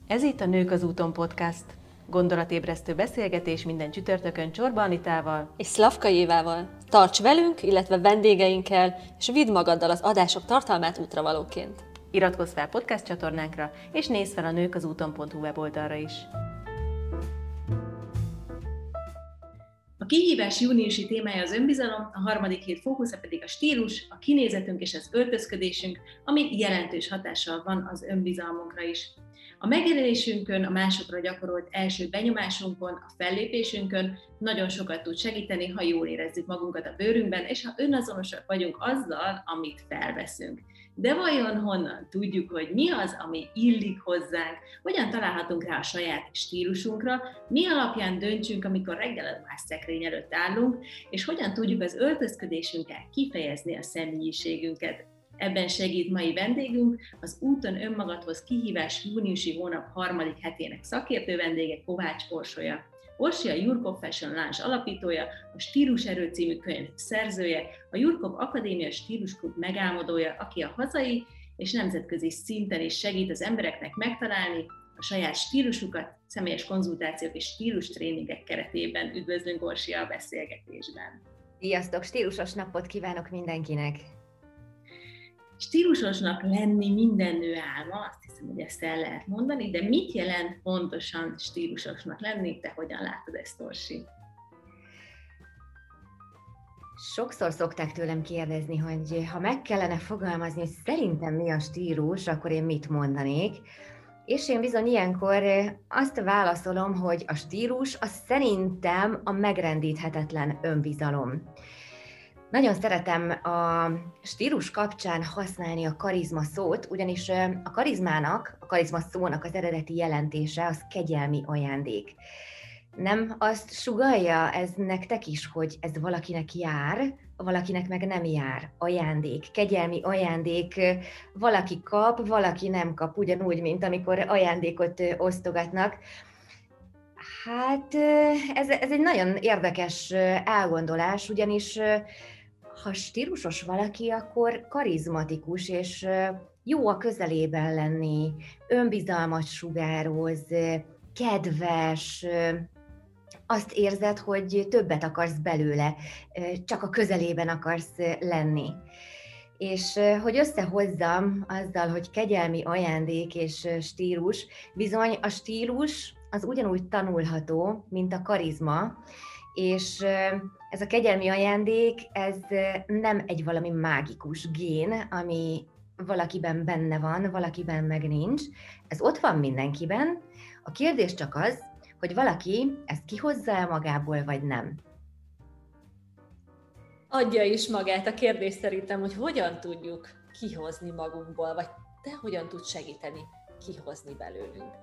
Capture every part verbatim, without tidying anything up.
Ez itt a Nők az úton podcast. Gondolatébresztő beszélgetés minden csütörtökön Csorba Anitával és Szlavka Évával. Tarts velünk, illetve vendégeinkkel, és vidd magaddal az adások tartalmát útravalóként. Iratkozz fel podcast csatornánkra, és nézz fel a nők az úton pont hu weboldalra is. A kihívás júniusi témája az önbizalom, a harmadik hét fókusza pedig a stílus, a kinézetünk és az öltözködésünk, ami jelentős hatással van az önbizalmunkra is. A megjelenésünkön, a másokra gyakorolt első benyomásunkon, a fellépésünkön nagyon sokat tud segíteni, ha jól érezzük magunkat a bőrünkben, és ha önazonosak vagyunk azzal, amit felveszünk. De vajon honnan tudjuk, hogy mi az, ami illik hozzánk, hogyan találhatunk rá a saját stílusunkra, mi alapján döntsünk, amikor reggel a ruhásszekrény előtt állunk, és hogyan tudjuk az öltözködésünkkel kifejezni a személyiségünket. Ebben segít mai vendégünk, az Úton önmagadhoz kihívás júniusi hónap harmadik hetének szakértő vendége, Kovács Orsolya. Orsi a Jurkov Fashion Lounge alapítója, a Stílus Erő című könyv szerzője, a Jurkov Akadémia Stílusklub megálmodója, aki a hazai és nemzetközi szinten is segít az embereknek megtalálni a saját stílusukat, személyes konzultációk és stílustréningek keretében. Üdvözlünk, Orsi, a beszélgetésben! Sziasztok! Stílusos napot kívánok mindenkinek! Stílusosnak lenni minden nő álma, azt hiszem, hogy ezt el lehet mondani, de mit jelent pontosan stílusosnak lenni? Te hogyan látod ezt, Orsi? Sokszor szokták tőlem kérdezni, hogy ha meg kellene fogalmazni, hogy szerintem mi a stílus, akkor én mit mondanék. És én bizony ilyenkor azt válaszolom, hogy a stílus az szerintem a megrendíthetetlen önbizalom. Nagyon szeretem a stílus kapcsán használni a karizma szót, ugyanis a karizmának, a karizma szónak az eredeti jelentése az kegyelmi ajándék. Nem azt sugallja ez nektek is, hogy ez valakinek jár, valakinek meg nem jár, ajándék, kegyelmi ajándék, valaki kap, valaki nem kap, ugyanúgy, mint amikor ajándékot osztogatnak. Hát ez, ez egy nagyon érdekes elgondolás, ugyanis ha stílusos valaki, akkor karizmatikus, és jó a közelében lenni, önbizalmat sugároz, kedves, azt érzed, hogy többet akarsz belőle, csak a közelében akarsz lenni. És hogy összehozzam azzal, hogy kegyelmi ajándék és stílus, bizony a stílus az ugyanúgy tanulható, mint a karizma, és ez a kegyelmi ajándék, ez nem egy valami mágikus gén, ami valakiben benne van, valakiben meg nincs. Ez ott van mindenkiben. A kérdés csak az, hogy valaki ezt kihozza el magából, vagy nem. Adja is magát a kérdés szerintem, hogy hogyan tudjuk kihozni magunkból, vagy te hogyan tudsz segíteni kihozni belőlünk.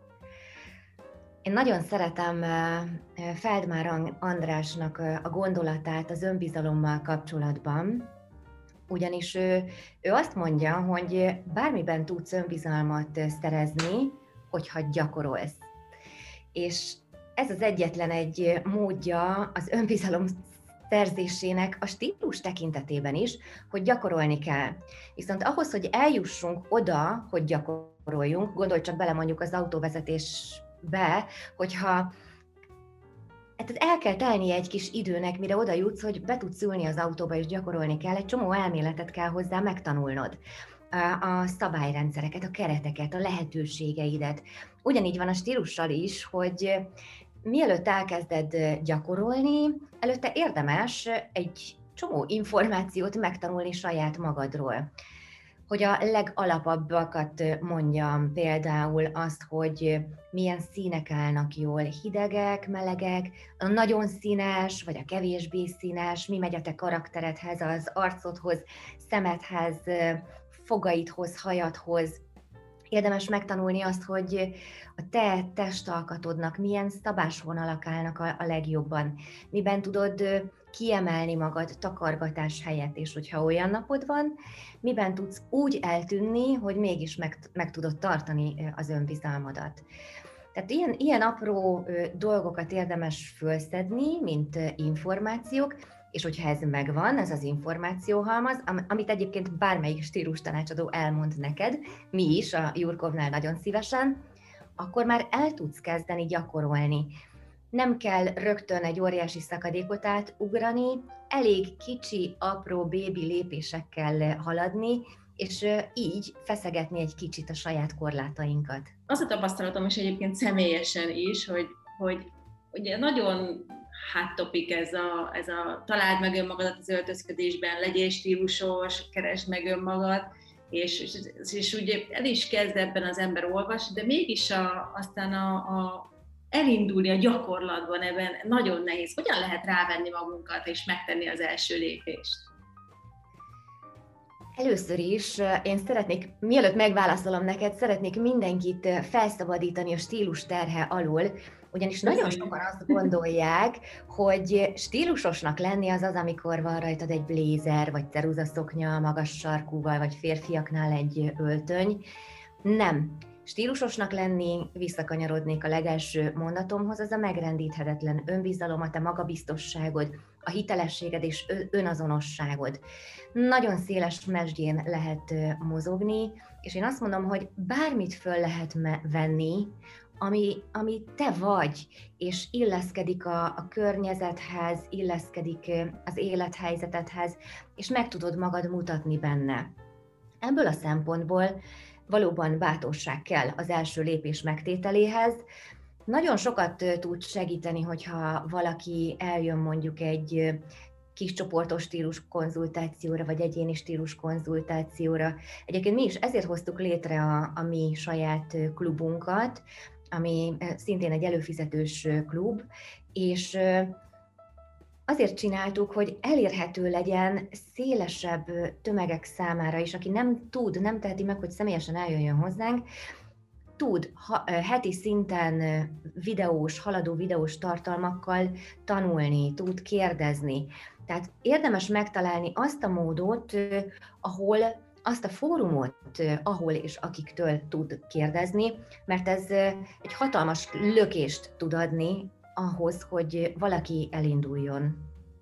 Én nagyon szeretem Feldmár Andrásnak a gondolatát az önbizalommal kapcsolatban, ugyanis ő, ő azt mondja, hogy bármiben tudsz önbizalmat szerezni, hogyha gyakorolsz. És ez az egyetlen egy módja az önbizalom szerzésének a stílus tekintetében is, hogy gyakorolni kell. Viszont ahhoz, hogy eljussunk oda, hogy gyakoroljunk, gondolj csak bele mondjuk az autóvezetés be, hogyha hát el kell telnie egy kis időnek, mire oda jutsz, hogy be tudsz ülni az autóba és gyakorolni kell, egy csomó elméletet kell hozzá megtanulnod. A szabályrendszereket, a kereteket, a lehetőségeidet. Ugyanígy van a stílussal is, hogy mielőtt elkezded gyakorolni, előtte érdemes egy csomó információt megtanulni saját magadról. Hogy a legalapabbakat mondjam, például azt, hogy milyen színek állnak jól, hidegek, melegek, a nagyon színes, vagy a kevésbé színes, mi megy a te karakteredhez, az arcodhoz, szemedhez, fogaidhoz, hajadhoz. Érdemes megtanulni azt, hogy a te testalkatodnak milyen szabásvonalak állnak a, a legjobban, miben tudod kiemelni magad takargatás helyett, és hogyha olyan napod van, miben tudsz úgy eltűnni, hogy mégis meg, meg tudod tartani az önbizalmadat. Tehát ilyen, ilyen apró dolgokat érdemes fölszedni, mint információk, és hogyha ez megvan, ez az információhalmaz, amit egyébként bármelyik stílus tanácsadó elmond neked, mi is a Jurkovnál nagyon szívesen, akkor már el tudsz kezdeni gyakorolni. Nem kell rögtön egy óriási szakadékot átugrani, elég kicsi, apró bébi lépésekkel haladni, és így feszegetni egy kicsit a saját korlátainkat. Az a tapasztalatom is egyébként személyesen is, hogy, hogy ugye nagyon hot topic ez a, ez a találd meg önmagadat az öltözködésben, legyél stílusos, keresd meg önmagad, és, és, és ugye el is kezd ebben az ember olvasni, de mégis a, aztán a, a elindulni a gyakorlatban ebben nagyon nehéz. Hogyan lehet rávenni magunkat és megtenni az első lépést? Először is én szeretnék, mielőtt megválaszolom neked, szeretnék mindenkit felszabadítani a stílus terhe alól, ugyanis nagyon sokan azt gondolják, hogy stílusosnak lenni az az, amikor van rajtad egy blézer, vagy ceruzaszoknya magas sarkúval, vagy férfiaknál egy öltöny. Nem. Stílusosnak lenni, visszakanyarodnék a legelső mondatomhoz, az a megrendíthetetlen önbizalom, a te magabiztosságod, a hitelességed és önazonosságod. Nagyon széles mesdjén lehet mozogni, és én azt mondom, hogy bármit föl lehet venni, ami, ami te vagy, és illeszkedik a, a környezethez, illeszkedik az élethelyzetedhez, és meg tudod magad mutatni benne. Ebből a szempontból valóban bátorság kell az első lépés megtételéhez. Nagyon sokat tud segíteni, hogyha valaki eljön mondjuk egy kis csoportos stílus konzultációra, vagy egyéni stílus konzultációra. Egyébként mi is ezért hoztuk létre a, a mi saját klubunkat, ami szintén egy előfizetős klub, és azért csináltuk, hogy elérhető legyen szélesebb tömegek számára is, aki nem tud, nem teheti meg, hogy személyesen eljöjjön hozzánk, tud ha, heti szinten videós, haladó videós tartalmakkal tanulni, tud kérdezni. Tehát érdemes megtalálni azt a módot, ahol azt a fórumot, ahol és akiktől tud kérdezni, mert ez egy hatalmas lökést tud adni ahhoz, hogy valaki elinduljon.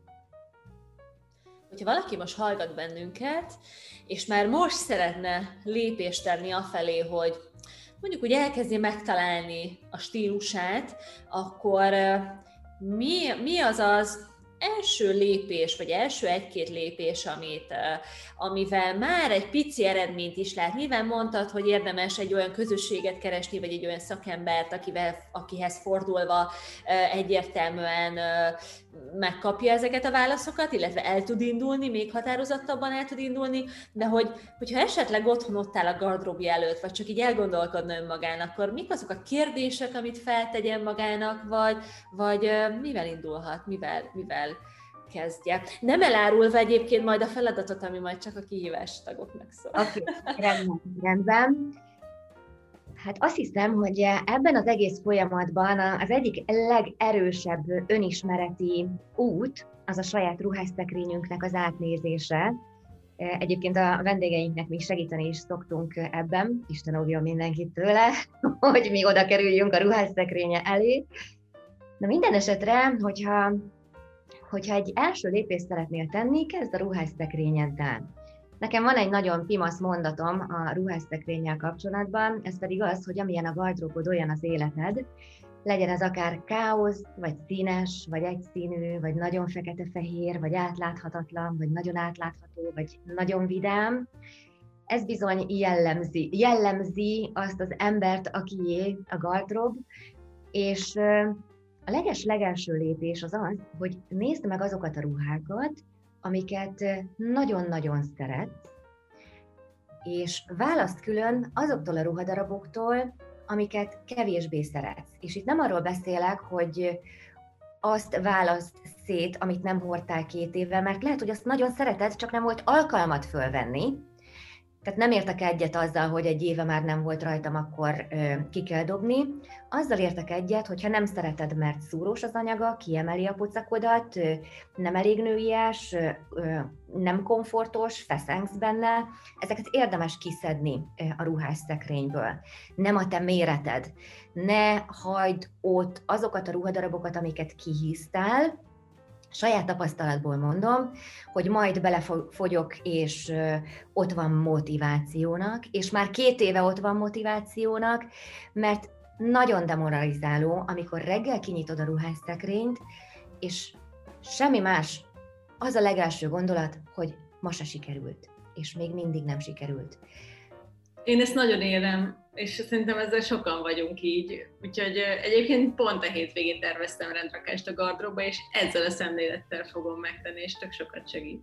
Hogyha valaki most hallgat bennünket, és már most szeretne lépést tenni afelé, hogy mondjuk úgy elkezdje megtalálni a stílusát, akkor mi, mi az az első lépés, vagy első egy-két lépés, amit, amivel már egy pici eredményt is lát. Nyilván mondtad, hogy érdemes egy olyan közösséget keresni, vagy egy olyan szakembert, akivel, akihez fordulva egyértelműen megkapja ezeket a válaszokat, illetve el tud indulni, még határozottabban el tud indulni, de hogy, hogyha esetleg otthon ott áll a gardróbja előtt, vagy csak így elgondolkodna önmagán, akkor mik azok a kérdések, amit feltegyen magának, vagy, vagy mivel indulhat, mivel, mivel kezdje. Nem elárulva egyébként majd a feladatot, ami majd csak a kihívás tagoknak szól. Oké, okay, rendben, rendben. Hát azt hiszem, hogy ebben az egész folyamatban az egyik legerősebb önismereti út az a saját ruhásszekrényünknek az átnézése. Egyébként a vendégeinknek mi segíteni is szoktunk ebben, Isten óvjon mindenkit tőle, hogy mi oda kerüljünk a ruhászekrénye elé. Na minden esetre, hogyha, hogyha egy első lépést szeretnél tenni, kezd a ruhásszekrényeddel. Nekem van egy nagyon pimasz mondatom a ruhásszekrénnyel kapcsolatban, ez pedig az, hogy amilyen a gardróbod, olyan az életed, legyen ez akár káosz, vagy színes, vagy egyszínű, vagy nagyon fekete-fehér, vagy átláthatatlan, vagy nagyon átlátható, vagy nagyon vidám. Ez bizony jellemzi, jellemzi azt az embert, akié a gardrób, és a leges-legelső lépés az az, hogy nézd meg azokat a ruhákat, amiket nagyon-nagyon szeretsz, és választ külön azoktól a ruhadaraboktól, amiket kevésbé szeretsz. És itt nem arról beszélek, hogy azt választ szét, amit nem hordtál két éve, mert lehet, hogy azt nagyon szereted, csak nem volt alkalmat fölvenni. Tehát nem értek egyet azzal, hogy egy éve már nem volt rajtam, akkor ö, ki kell dobni. Azzal értek egyet, hogyha nem szereted, mert szúrós az anyaga, kiemeli a pocakodat, ö, nem elég nőies, ö, ö, nem komfortos, feszengsz benne, ezeket érdemes kiszedni ö, a ruhásszekrényből. Nem a te méreted. Ne hagyd ott azokat a ruhadarabokat, amiket kihisztál. Saját tapasztalatból mondom, hogy majd belefogyok, és ott van motivációnak, és már két éve ott van motivációnak, mert nagyon demoralizáló, amikor reggel kinyitod a ruhásszekrényt, és semmi más, az a legelső gondolat, hogy ma se sikerült, és még mindig nem sikerült. Én ezt nagyon élem, és szerintem ezzel sokan vagyunk így. Úgyhogy egyébként pont a hétvégén terveztem rendrakást a gardróba, és ezzel a szemlélettel fogom megtenni, és tök sokat segít.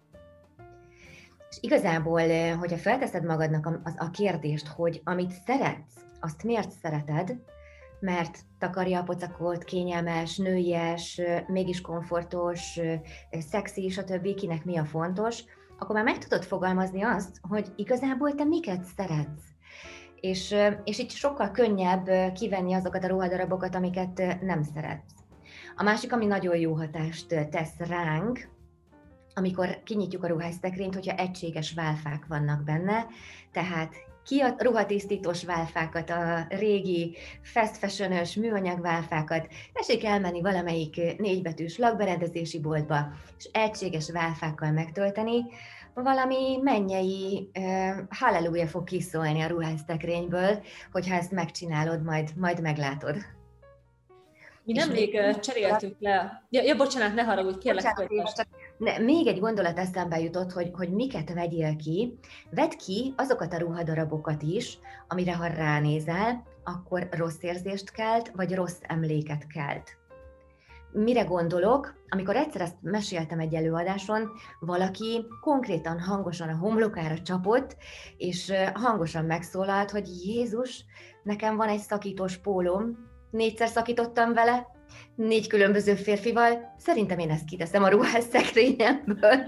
És igazából, hogyha felteszed magadnak a, a kérdést, hogy amit szeretsz, azt miért szereted, mert takarja a pocakot, kényelmes, nőies, mégis komfortos, szexi, stb. Kinek mi a fontos, akkor már meg tudod fogalmazni azt, hogy igazából te miket szeretsz. És, és így sokkal könnyebb kivenni azokat a ruhadarabokat, amiket nem szeretsz. A másik, ami nagyon jó hatást tesz ránk, amikor kinyitjuk a ruhásszekrényt, hogyha egységes válfák vannak benne, tehát ki a ruhatisztítós válfákat, a régi fast fashion-ös műanyag válfákat, tessék elmenni valamelyik négybetűs lakberendezési boltba, és egységes válfákkal megtölteni, valami mennyei uh, halleluja fog kiszólni a ruhászekrényből, hogyha ezt megcsinálod, majd, majd meglátod. Mi nemrég uh, cseréltük le. Ja, ja, bocsánat, ne haragudj, kérlek. Bocsánat, ne, még egy gondolat eszembe jutott, hogy, hogy miket vegyél ki. Vedd ki azokat a ruhadarabokat is, amire ha ránézel, akkor rossz érzést kelt, vagy rossz emléket kelt. Mire gondolok? Amikor egyszer ezt meséltem egy előadáson, valaki konkrétan hangosan a homlokára csapott, és hangosan megszólalt, hogy Jézus, nekem van egy szakítós pólóm, négyszer szakítottam vele, négy különböző férfival, szerintem én ezt kiteszem a ruhásszekrényemből.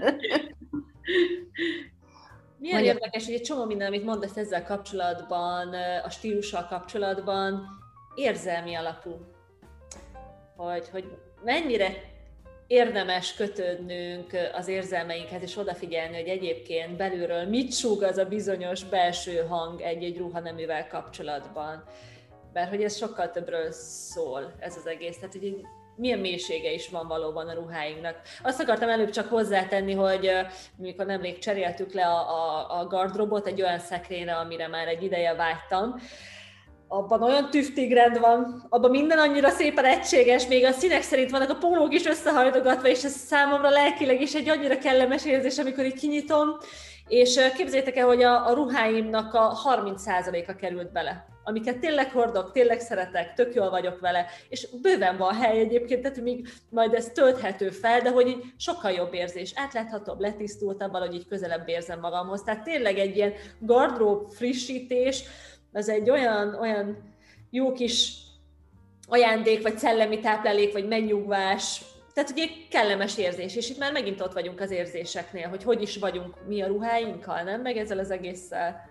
Milyen Magyar... érdekes, hogy egy csomó minden, amit mondasz ezzel kapcsolatban, a stílussal kapcsolatban, érzelmi alapú. Hogy, hogy mennyire érdemes kötődnünk az érzelmeinkhez, és odafigyelni, hogy egyébként belülről mit súg az a bizonyos belső hang egy-egy ruhaneművel kapcsolatban. Mert hogy ez sokkal többről szól, ez az egész. Tehát, hogy milyen mélysége is van valóban a ruháinknak. Azt akartam előbb csak hozzátenni, hogy mikor nemrég cseréltük le a, a, a gardróbot egy olyan szekrényre, amire már egy ideje vágytam, abban olyan tüftigrend van, abban minden annyira szépen egységes, még a színek szerint vannak a pólók is összehajtogatva, és ez számomra lelkileg is egy annyira kellemes érzés, amikor így kinyitom, és képzeljétek el, hogy a, a ruháimnak a harminc százaléka került bele, amiket tényleg hordok, tényleg szeretek, tök jól vagyok vele, és bőven van hely egyébként, tehát még majd ez tölthető fel, de hogy így sokkal jobb érzés, átláthatóbb, letisztultabb, valahogy így közelebb érzem magamhoz. Tehát tényleg egy ilyen gardrób frissítés, az egy olyan, olyan jó kis ajándék, vagy szellemi táplálék, vagy megnyugvás, tehát ugye kellemes érzés, és itt már megint ott vagyunk az érzéseknél, hogy hogy is vagyunk mi a ruháinkkal, nem? Meg ezzel az egésszel.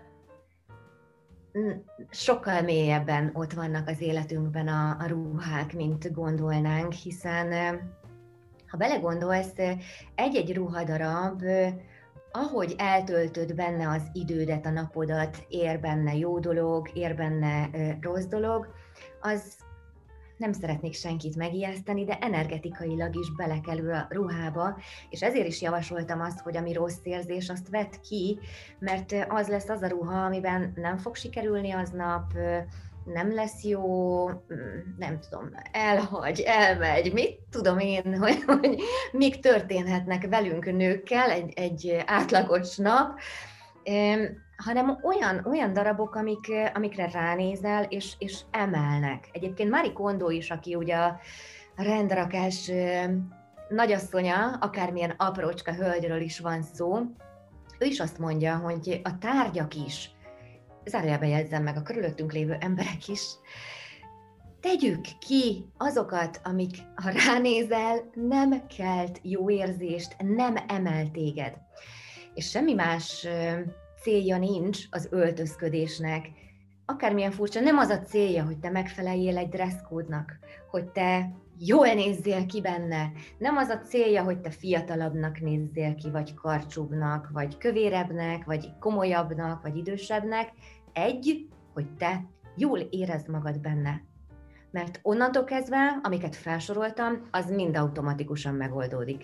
Sokkal mélyebben ott vannak az életünkben a, a ruhák, mint gondolnánk, hiszen ha belegondolsz, egy-egy ruhadarab, ahogy eltöltöd benne az idődet, a napodat, ér benne jó dolog, ér benne rossz dolog, az nem szeretnék senkit megijeszteni, de energetikailag is belekerül a ruhába, és ezért is javasoltam azt, hogy ami rossz érzés, azt vedd ki, mert az lesz az a ruha, amiben nem fog sikerülni aznap, nem lesz jó, nem tudom, elhagy, elmegy, mit tudom én, hogy, hogy mik történhetnek velünk nőkkel egy, egy átlagos nap, hanem olyan, olyan darabok, amik, amikre ránézel, és, és emelnek. Egyébként Marie Kondo is, aki ugye a rendrakás nagyasszonya, akármilyen aprócska hölgyről is van szó, ő is azt mondja, hogy a tárgyak is, zárójelben jegyzem meg, a körülöttünk lévő emberek is, tegyük ki azokat, amik, ha ránézel, nem kelt jó érzést, nem emel téged. És semmi más célja nincs az öltözködésnek. Akármilyen furcsa, nem az a célja, hogy te megfeleljél egy dresszkódnak, hogy te jól nézzél ki benne. Nem az a célja, hogy te fiatalabbnak nézzél ki, vagy karcsúbbnak, vagy kövérebbnek, vagy komolyabbnak, vagy idősebbnek. Egy, hogy te jól érezd magad benne. Mert onnantól kezdve, amiket felsoroltam, az mind automatikusan megoldódik.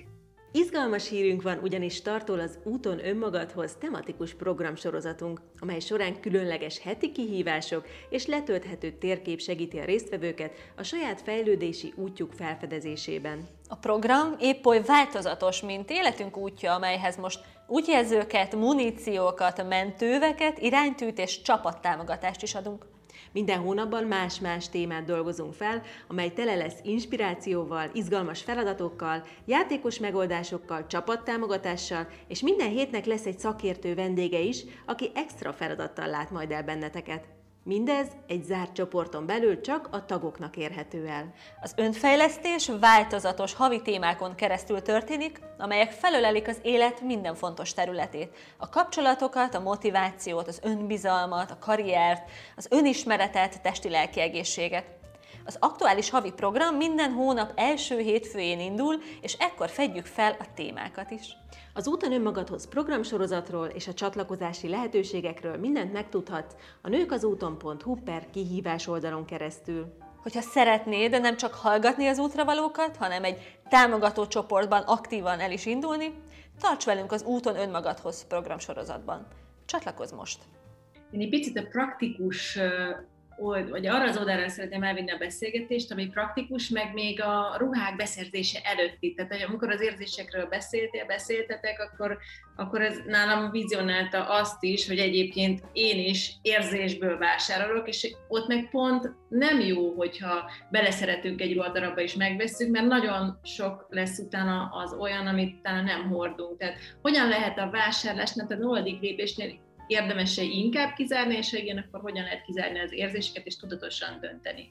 Izgalmas hírünk van, ugyanis startol az Úton önmagadhoz tematikus programsorozatunk, amely során különleges heti kihívások és letölthető térkép segíti a résztvevőket a saját fejlődési útjuk felfedezésében. A program épp oly változatos, mint életünk útja, amelyhez most útjelzőket, muníciókat, mentőveket, iránytűt és csapattámogatást is adunk. Minden hónapban más-más témát dolgozunk fel, amely tele lesz inspirációval, izgalmas feladatokkal, játékos megoldásokkal, csapattámogatással, és minden hétnek lesz egy szakértő vendége is, aki extra feladattal lát majd el benneteket. Mindez egy zárt csoporton belül csak a tagoknak érhető el. Az önfejlesztés változatos havi témákon keresztül történik, amelyek felölelik az élet minden fontos területét. A kapcsolatokat, a motivációt, az önbizalmat, a karriert, az önismeretet, testi-lelki egészséget. Az aktuális havi program minden hónap első hétfőjén indul, és ekkor fedjük fel a témákat is. Az Úton önmagadhoz programsorozatról és a csatlakozási lehetőségekről mindent megtudhatsz a nőkazúton pont hu per kihívás oldalon keresztül. Hogyha szeretnéd, de nem csak hallgatni az útravalókat, hanem egy támogató csoportban aktívan el is indulni, tarts velünk az Úton önmagadhoz programsorozatban. Csatlakozz most! Én egy picit a praktikus old, vagy arra az oldalra szeretném elvinni a beszélgetést, ami praktikus, meg még a ruhák beszerzése előtti. Tehát, hogy amikor az érzésekről beszéltél, beszéltetek, akkor, akkor ez nálam vizionálta azt is, hogy egyébként én is érzésből vásárolok, és ott meg pont nem jó, hogyha beleszeretünk egy ruhadarabba és megvesszük, mert nagyon sok lesz utána az olyan, amit utána nem hordunk. Tehát hogyan lehet a vásárlásnak a nulladik lépésnél érdemes-e inkább kizárni, és ha igen, akkor hogyan lehet kizárni az érzéseket, és tudatosan dönteni?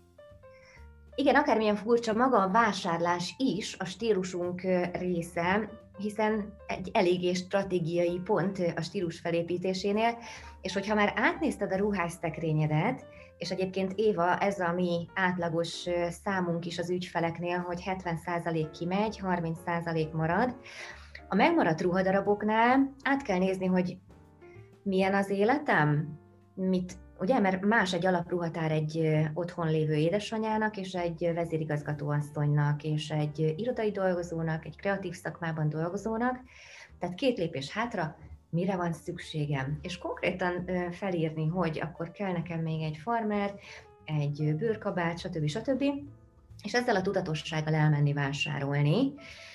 Igen, akármilyen furcsa, maga a vásárlás is a stílusunk része, hiszen egy eléggé stratégiai pont a stílus felépítésénél, és hogyha már átnézted a ruhásztekrényedet, és egyébként Éva, ez a mi átlagos számunk is az ügyfeleknél, hogy hetven százalék kimegy, harminc százalék marad, a megmaradt ruhadaraboknál át kell nézni, hogy milyen az életem? Mit, ugye, mert más egy alapruhatár egy otthon lévő édesanyának, és egy vezérigazgatóasszonynak, és egy irodai dolgozónak, egy kreatív szakmában dolgozónak. Tehát két lépés hátra, mire van szükségem? És konkrétan felírni, hogy akkor kell nekem még egy farmer, egy bőrkabát, stb. stb. És ezzel a tudatossággal elmenni vásárolni.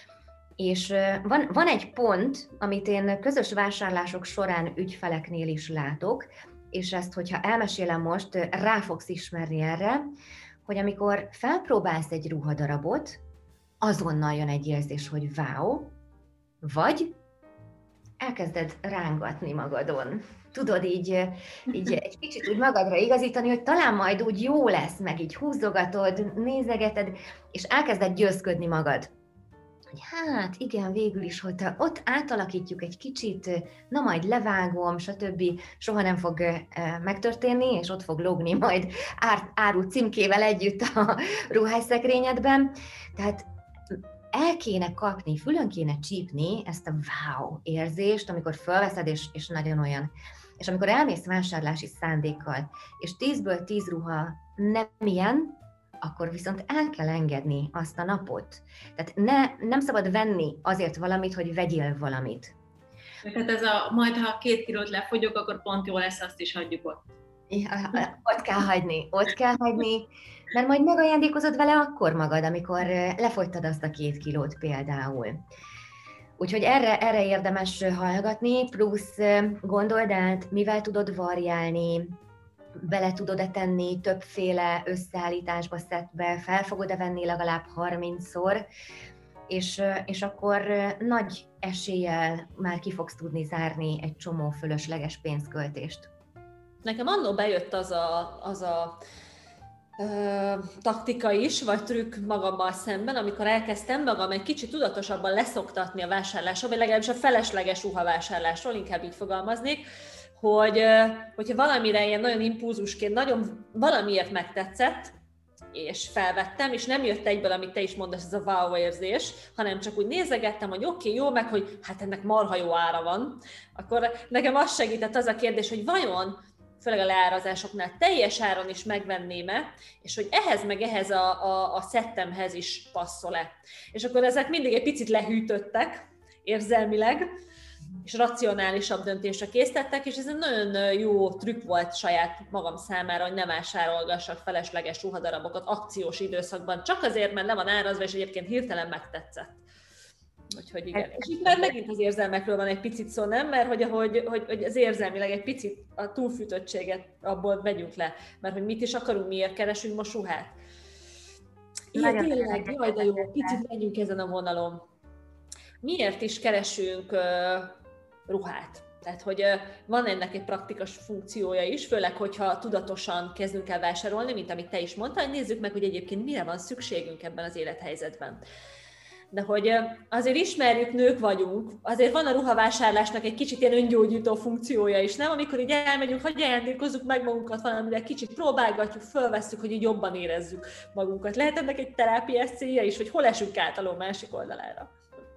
És van, van egy pont, amit én közös vásárlások során ügyfeleknél is látok, és ezt, hogyha elmesélem most, rá fogsz ismerni erre, hogy amikor felpróbálsz egy ruhadarabot, azonnal jön egy érzés, hogy wow, vagy elkezded rángatni magadon. Tudod, így, így egy kicsit úgy magadra igazítani, hogy talán majd úgy jó lesz, meg így húzogatod, nézegeted, és elkezded győzködni magad. Hogy hát igen, végül is, hogy ott átalakítjuk egy kicsit, na majd levágom, stb. Soha nem fog megtörténni, és ott fog lógni majd ár, áru címkével együtt a ruhásszekrényedben. Tehát el kéne kapni, fülön kéne csípni ezt a wow érzést, amikor felveszed, és, és nagyon olyan. És amikor elmész vásárlási szándékkal, és tízből tíz ruha nem ilyen, akkor viszont el kell engedni azt a napot. Tehát ne, nem szabad venni azért valamit, hogy vegyél valamit. Tehát ez a, majd ha két kilót lefogyok, akkor pont jó lesz, azt is hagyjuk ott. Ja, ott kell hagyni, ott kell hagyni, mert majd megajándékozod vele akkor magad, amikor lefogytad azt a két kilót például. Úgyhogy erre, erre érdemes hallgatni, plusz gondold át, mivel tudod variálni, bele tudod-e tenni többféle összeállításba, szettbe, fel fogod-e venni legalább harmincszor, és, és akkor nagy eséllyel már ki fogsz tudni zárni egy csomó fölösleges pénzköltést. Nekem annól bejött az a, az a ö, taktika is, vagy trükk magammal szemben, amikor elkezdtem magam egy kicsit tudatosabban leszoktatni a vásárlásról, vagy legalábbis a felesleges ruhavásárlásról, inkább így fogalmaznék, hogy hogyha valamire ilyen nagyon impulzusként, nagyon valamiért megtetszett, és felvettem, és nem jött egyből, amit te is mondasz, ez a wow érzés, hanem csak úgy nézegettem, hogy oké, okay, jó, meg hogy hát ennek marha jó ára van, akkor nekem az segített az a kérdés, hogy vajon, főleg a leárazásoknál teljes áron is megvenném-e, és hogy ehhez meg ehhez a, a, a szettemhez is passzol-e. És akkor ezek mindig egy picit lehűtöttek, érzelmileg, és racionálisabb döntésre késztettek, és ez egy nagyon jó trükk volt saját magam számára, hogy ne vásárolgassak felesleges ruhadarabokat akciós időszakban, csak azért, mert le van árazva, és egyébként hirtelen megtetszett. Úgyhogy igen. És itt már megint az érzelmekről van egy picit szó, nem? Mert hogy, hogy, hogy, hogy az érzelmileg egy picit a túlfűtöttséget abból vegyünk le, mert hogy mit is akarunk, miért keresünk most ruhát. Igen, tényleg, jaj, de jó, picit menjünk ezen a vonalon. Miért is keresünk uh, ruhát? Tehát, hogy uh, van ennek egy praktikus funkciója is, főleg, hogyha tudatosan kezdünk el vásárolni, mint amit te is mondtál, hogy nézzük meg, hogy egyébként mire van szükségünk ebben az élethelyzetben. De hogy azért ismerjük, nők vagyunk, azért van a ruhavásárlásnak egy kicsit ilyen öngyógyító funkciója is, nem? Amikor így elmegyünk, hogy ajándékozzuk meg magunkat valamivel, kicsit próbálgatjuk, fölvesszük, hogy így jobban érezzük magunkat. Lehet ennek egy terápiás célja is, hogy hol esünk át a ló másik oldalára?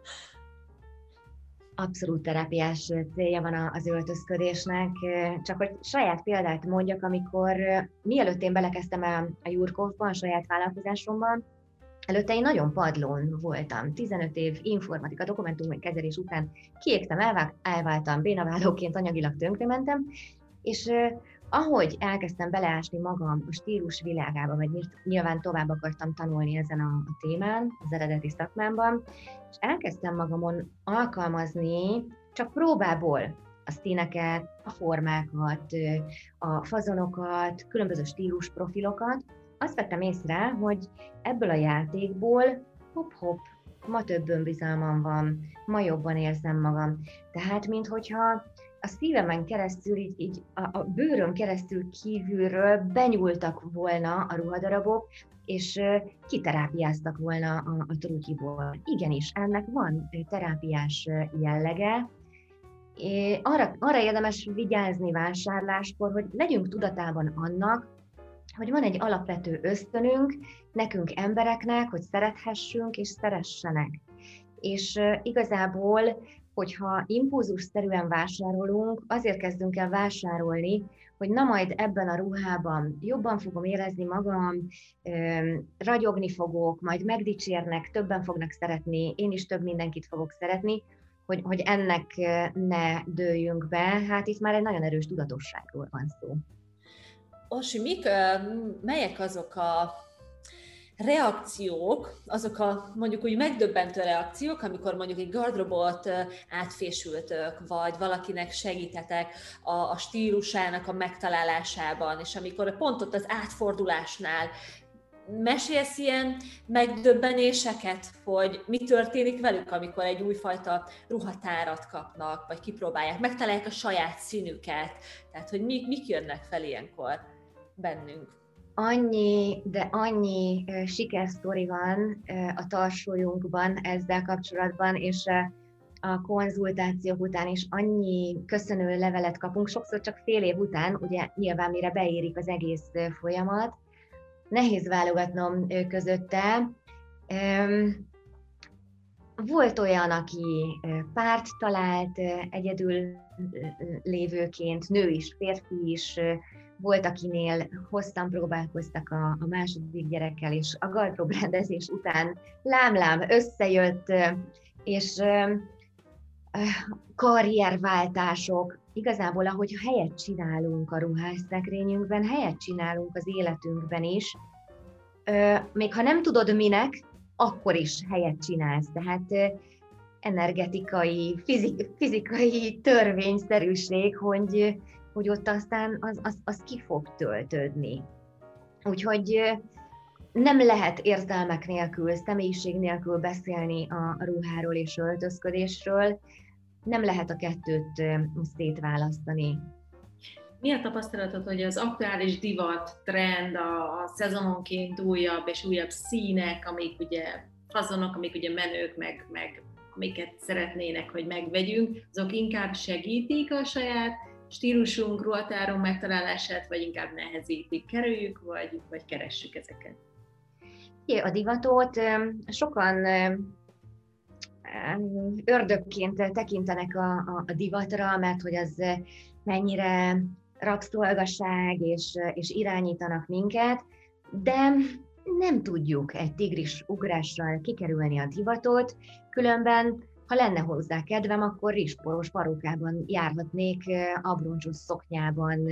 Abszolút terápiás célja van az öltözködésnek, csak hogy saját példát mondjak, amikor mielőtt én belekezdtem a Jurkóvban, a saját vállalkozásomban, előtte én nagyon padlón voltam. tizenöt év informatika dokumentumkezelés után kiégtem, elváltam, bénaválóként anyagilag tönkrementem, és eh, ahogy elkezdtem beleásni magam a stílus világába, vagy nyilván tovább akartam tanulni ezen a, a témán, az eredeti szakmámban, és elkezdtem magamon alkalmazni csak próbából a színeket, a formákat, a fazonokat, különböző stílusprofilokat. Azt vettem észre, hogy ebből a játékból hopp-hopp, ma több önbizalmam van, ma jobban érzem magam. Tehát, minthogyha a szívemen keresztül, így, így a, a bőrön keresztül kívülről benyúltak volna a ruhadarabok, és kiterápiáztak volna a, a trutyiból. Igenis, ennek van terápiás jellege. É, arra, arra érdemes vigyázni vásárláskor, hogy legyünk tudatában annak, hogy van egy alapvető ösztönünk, nekünk embereknek, hogy szerethessünk és szeressenek. És uh, igazából, hogyha impulzusszerűen vásárolunk, azért kezdünk el vásárolni, hogy na majd ebben a ruhában jobban fogom érezni magam, um, ragyogni fogok, majd megdicsérnek, többen fognak szeretni, én is több mindenkit fogok szeretni, hogy, hogy ennek ne dőljünk be. Hát itt már egy nagyon erős tudatosságról van szó. Orsi, mik, melyek azok a reakciók, azok a mondjuk úgy megdöbbentő reakciók, amikor mondjuk egy gardrobot átfésültök, vagy valakinek segítetek a, a stílusának a megtalálásában, és amikor pont ott az átfordulásnál mesélsz ilyen megdöbbenéseket, hogy mi történik velük, amikor egy újfajta ruhatárat kapnak, vagy kipróbálják, megtalálják a saját színüket, tehát hogy mik, mik jönnek fel ilyenkor bennünk. Annyi, de annyi uh, sikersztori van uh, a tarsólyunkban ezzel kapcsolatban, és uh, a konzultációk után is annyi köszönő levelet kapunk, sokszor csak fél év után, ugye nyilván mire beérik az egész uh, folyamat. Nehéz válogatnom uh, közötte. Um, volt olyan, aki uh, párt talált uh, egyedül uh, lévőként, nő is, férfi is, uh, volt, akinél hosszan próbálkoztak a, a második gyerekkel, és a gardróbrendezés után lám-lám összejött, és karrierváltások. Igazából, ahogy helyet csinálunk a ruhásszekrényünkben, helyet csinálunk az életünkben is, még ha nem tudod minek, akkor is helyet csinálsz. Tehát energetikai, fizik, fizikai törvényszerűség, hogy hogy ott aztán az, az, az ki fog töltődni. Úgyhogy nem lehet érzelmek nélkül, személyiség nélkül beszélni a ruháról és öltözködésről, nem lehet a kettőt szétválasztani. Mi a tapasztalatod, hogy az aktuális divat, trend, a, a szezononként újabb és újabb színek, amik ugye fazonok, amik ugye menők, meg, meg amiket szeretnének, hogy megvegyünk, azok inkább segítik a saját stílusunk, ruhatárunk megtalálását, vagy inkább nehezítik, kerüljük, vagy, vagy keressük ezeket? A divatot sokan ördögként tekintenek a, a, a divatra, mert hogy az mennyire rabszolgaság, és, és irányítanak minket, de nem tudjuk egy tigris ugrással kikerülni a divatot, különben ha lenne hozzá kedvem, akkor rizsporos parókában járhatnék, abroncsos szoknyában,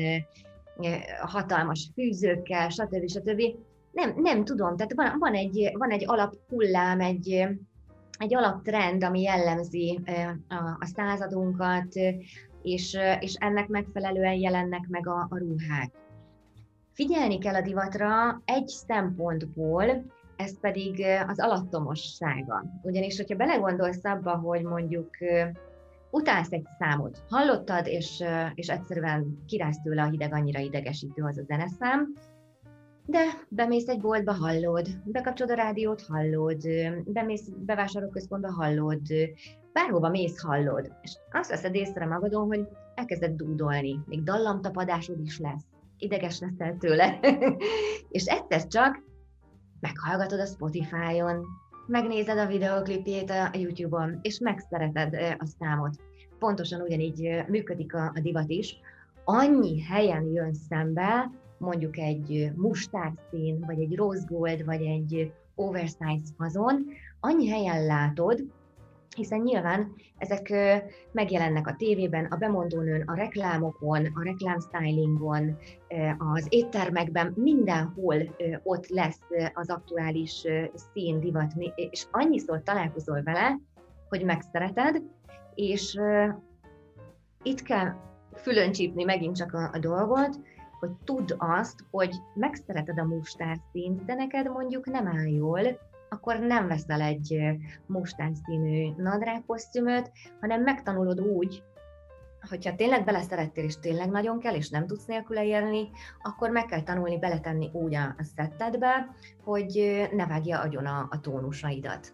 hatalmas fűzőkkel, stb. stb. Nem, nem tudom, tehát van, van, egy, van egy alaphullám, egy, egy alaptrend, ami jellemzi a, a századunkat, és, és ennek megfelelően jelennek meg a, a ruhák. Figyelni kell a divatra egy szempontból, ez pedig az alattomossága. Ugyanis, hogyha belegondolsz abba, hogy mondjuk utálsz egy számot, hallottad, és, és egyszerűen kirász tőle a hideg, annyira idegesítő az a zeneszám, de bemész egy boltba, hallod, bekapcsolod a rádiót, hallod, bemész bevásárlóközpontba, hallod, bárhova mész, hallod. És azt veszed észre magadon, hogy elkezded dúdolni, még dallamtapadásod is lesz, ideges leszel tőle, és egyszer csak meghallgatod a Spotify-on, megnézed a videoklipjét a YouTube-on, és megszereted a számot. Pontosan ugyanígy működik a, a divat is. Annyi helyen jön szembe, mondjuk egy mustárszín, vagy egy rose gold, vagy egy oversize fazon, annyi helyen látod, hiszen nyilván ezek megjelennek a tévében, a bemondónőn, a reklámokon, a reklámstylingon, az éttermekben, mindenhol ott lesz az aktuális szín, divat, és annyiszor találkozol vele, hogy megszereted, és itt kell fülön csípni megint csak a, a dolgot, hogy tudd azt, hogy megszereted a mustárszínt, de neked mondjuk nem áll jól, akkor nem veszel egy mustárszínű nadrágkosztümöt, hanem megtanulod úgy, hogyha tényleg beleszerettél, és tényleg nagyon kell, és nem tudsz nélküle élni, akkor meg kell tanulni beletenni úgy a szettedbe, hogy ne vágja agyon a, a tónusaidat.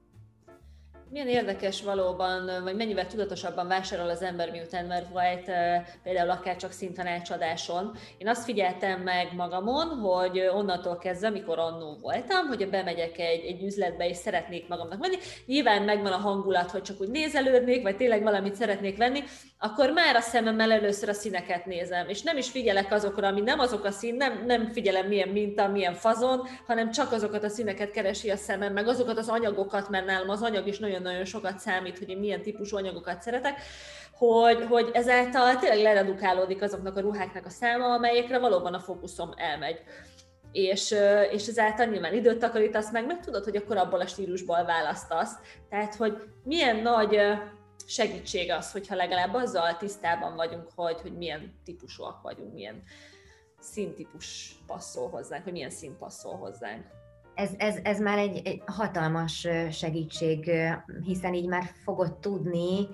Milyen érdekes valóban, vagy mennyivel tudatosabban vásárol az ember, miután már volt például akár csak színtanácsadáson. Én azt figyeltem meg magamon, hogy onnantól kezdve, amikor annó voltam, hogy bemegyek egy, egy üzletbe és szeretnék magamnak venni, nyilván megvan a hangulat, hogy csak úgy nézelődnék, vagy tényleg valamit szeretnék venni, akkor már a szememmel először a színeket nézem, és nem is figyelek azokra, ami nem azok a szín, nem, nem figyelem milyen minta, milyen fazon, hanem csak azokat a színeket keresi a szemem, meg azokat az anyagokat, mert nálam az anyag is nagyon-nagyon sokat számít, hogy én milyen típusú anyagokat szeretek, hogy, hogy ezáltal tényleg leredukálódik azoknak a ruháknak a száma, amelyekre valóban a fókuszom elmegy. És, és ezáltal nyilván időt takarítasz meg, meg tudod, hogy akkor abból a stílusból választasz. Tehát, hogy milyen nagy segítség az, hogyha legalább azzal tisztában vagyunk, hogy, hogy milyen típusúak vagyunk, milyen színtípus passzol hozzánk, hogy milyen szín passzol hozzánk. Ez, ez, ez már egy, egy hatalmas segítség, hiszen így már fogod tudni,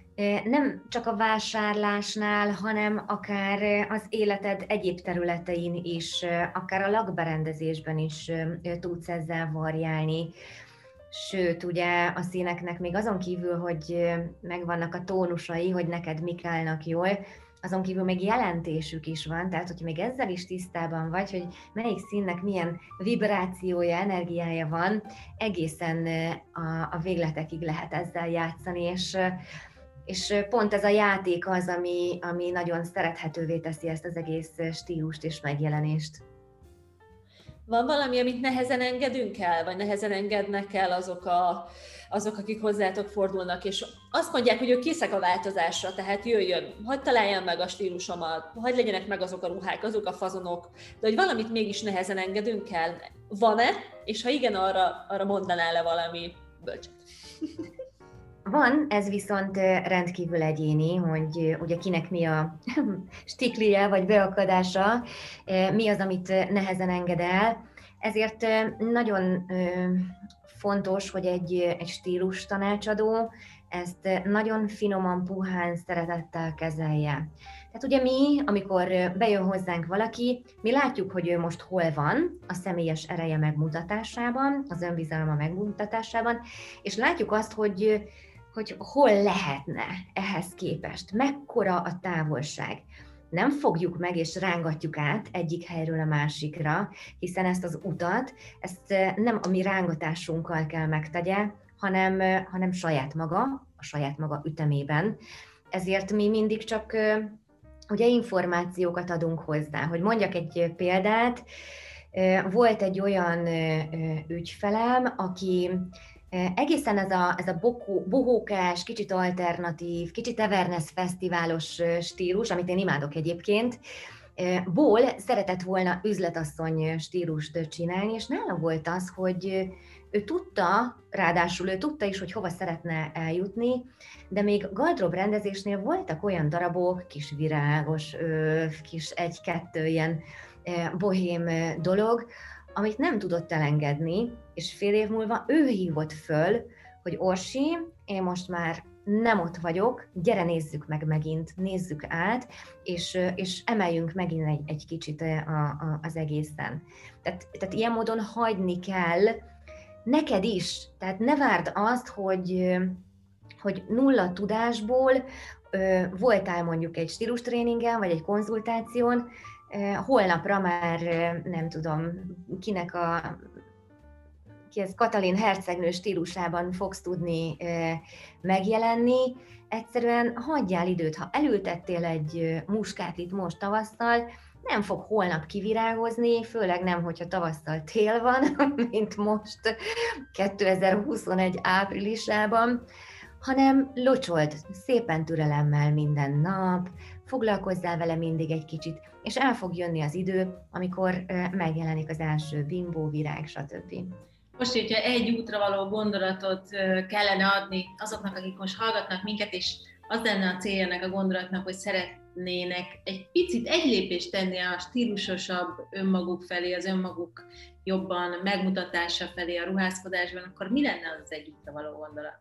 nem csak a vásárlásnál, hanem akár az életed egyéb területein is, akár a lakberendezésben is tudsz ezzel variálni. Sőt, ugye a színeknek még azon kívül, hogy megvannak a tónusai, hogy neked mik állnak jól, azon kívül még jelentésük is van, tehát hogyha még ezzel is tisztában vagy, hogy melyik színnek milyen vibrációja, energiája van, egészen a, a végletekig lehet ezzel játszani, és, és pont ez a játék az, ami, ami nagyon szerethetővé teszi ezt az egész stílust és megjelenést. Van valami, amit nehezen engedünk el, vagy nehezen engednek el azok, a, azok, akik hozzátok fordulnak, és azt mondják, hogy ők készek a változásra, tehát jöjjön, hadd találjam meg a stílusomat, hadd legyenek meg azok a ruhák, azok a fazonok, de hogy valamit mégis nehezen engedünk el. Van-e? És ha igen, arra, arra mondanál-e valami bölcset? Van, ez viszont rendkívül egyéni, hogy ugye kinek mi a stiklie vagy beakadása, mi az, amit nehezen enged el. Ezért nagyon fontos, hogy egy, egy stílus tanácsadó ezt nagyon finoman, puhán, szeretettel kezelje. Tehát ugye mi, amikor bejön hozzánk valaki, mi látjuk, hogy ő most hol van a személyes ereje megmutatásában, az önbizalma megmutatásában, és látjuk azt, hogy hogy hol lehetne ehhez képest, mekkora a távolság. Nem fogjuk meg és rángatjuk át egyik helyről a másikra, hiszen ezt az utat, ezt nem a mi rángatásunkkal kell megtegye, hanem, hanem saját maga, a saját maga ütemében. Ezért mi mindig csak ugye információkat adunk hozzá. Hogy mondjak egy példát, volt egy olyan ügyfelem, aki Egészen ez a, ez a bokó, bohókás, kicsit alternatív, kicsit Everness fesztiválos stílus, amit én imádok egyébként, ból szeretett volna üzletasszony stílust csinálni, és nála volt az, hogy ő tudta, ráadásul ő tudta is, hogy hova szeretne eljutni, de még gardrób rendezésnél voltak olyan darabok, kis virágos, kis egy-kettő ilyen bohém dolog, amit nem tudott elengedni, és fél év múlva ő hívott föl, hogy Orsi, én most már nem ott vagyok, gyere nézzük meg megint, nézzük át, és, és emeljünk megint egy, egy kicsit a, a, az egészen. Tehát, tehát ilyen módon hagyni kell neked is, tehát ne várd azt, hogy, hogy nulla tudásból voltál mondjuk egy stílustréningen, vagy egy konzultáción, holnapra már nem tudom, kinek a ki ez Katalin hercegnő stílusában fogsz tudni megjelenni. Egyszerűen hagyjál időt, ha elültettél egy muskátlit most tavasszal, nem fog holnap kivirágozni, főleg nem, hogyha tavasszal tél van, mint most kétezer-huszonegy áprilisában, hanem locsold szépen türelemmel minden nap, foglalkozzál vele mindig egy kicsit, és el fog jönni az idő, amikor megjelenik az első bimbó, virág, stb. Most, hogyha egy útra való gondolatot kellene adni azoknak, akik most hallgatnak minket, és az lenne a célja ennek a gondolatnak, hogy szeretnének egy picit egy lépést tenni a stílusosabb önmaguk felé, az önmaguk jobban megmutatása felé a ruházkodásban, akkor mi lenne az az egy útra való gondolat?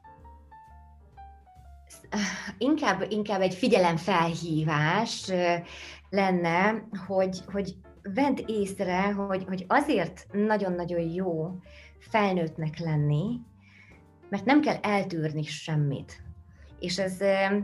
Inkább, inkább egy figyelemfelhívás lenne, hogy, hogy vedd észre, hogy, hogy azért nagyon-nagyon jó felnőttnek lenni, mert nem kell eltűrni semmit. És ez,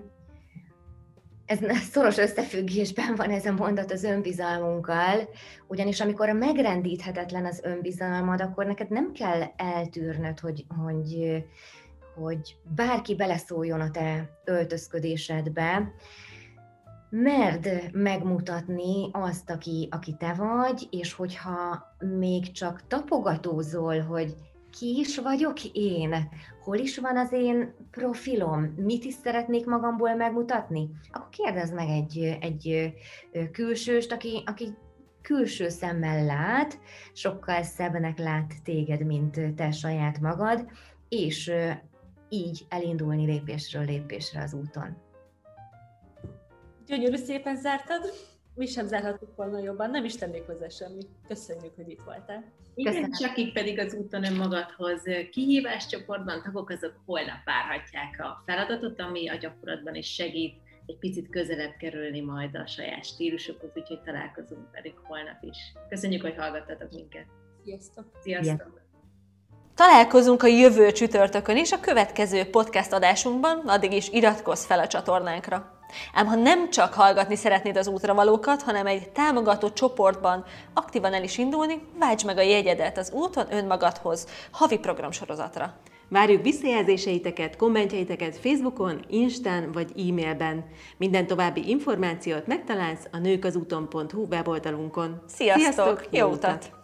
ez szoros összefüggésben van ez a mondat az önbizalmunkkal, ugyanis amikor megrendíthetetlen az önbizalmad, akkor neked nem kell eltűrnöd, hogy, hogy, hogy bárki beleszóljon a te öltözködésedbe. Merd megmutatni azt, aki, aki te vagy, és hogyha még csak tapogatózol, hogy ki is vagyok én, hol is van az én profilom, mit is szeretnék magamból megmutatni, akkor kérdezz meg egy, egy külsőst, aki, aki külső szemmel lát, sokkal szebbnek lát téged, mint te saját magad, és így elindulni lépésről lépésre az úton. Gyönyörű szépen zártad, mi sem zárhattuk volna jobban, nem is tennék hozzá semmit. Köszönjük, hogy itt voltál. Igen, csak így pedig az úton önmagadhoz kihíváscsoportban tagok azok holnap várhatják a feladatot, ami a gyakorlatban is segít egy picit közelebb kerülni majd a saját stílusokhoz, úgyhogy találkozunk pedig holnap is. Köszönjük, hogy hallgattatok minket. Sziasztok! Sziasztok! Találkozunk a jövő csütörtökön is a következő podcast adásunkban, addig is iratkozz fel a csatornánkra. Ám ha nem csak hallgatni szeretnéd az útravalókat, hanem egy támogató csoportban aktívan el is indulni, váltsd meg a jegyedet az Úton önmagadhoz havi programsorozatra. Várjuk visszajelzéseiteket, kommentjeiteket Facebookon, Instán vagy e-mailben. Minden további információt megtalálsz a nőkazúton pont hu weboldalunkon. Sziasztok! Sziasztok! Jó utat!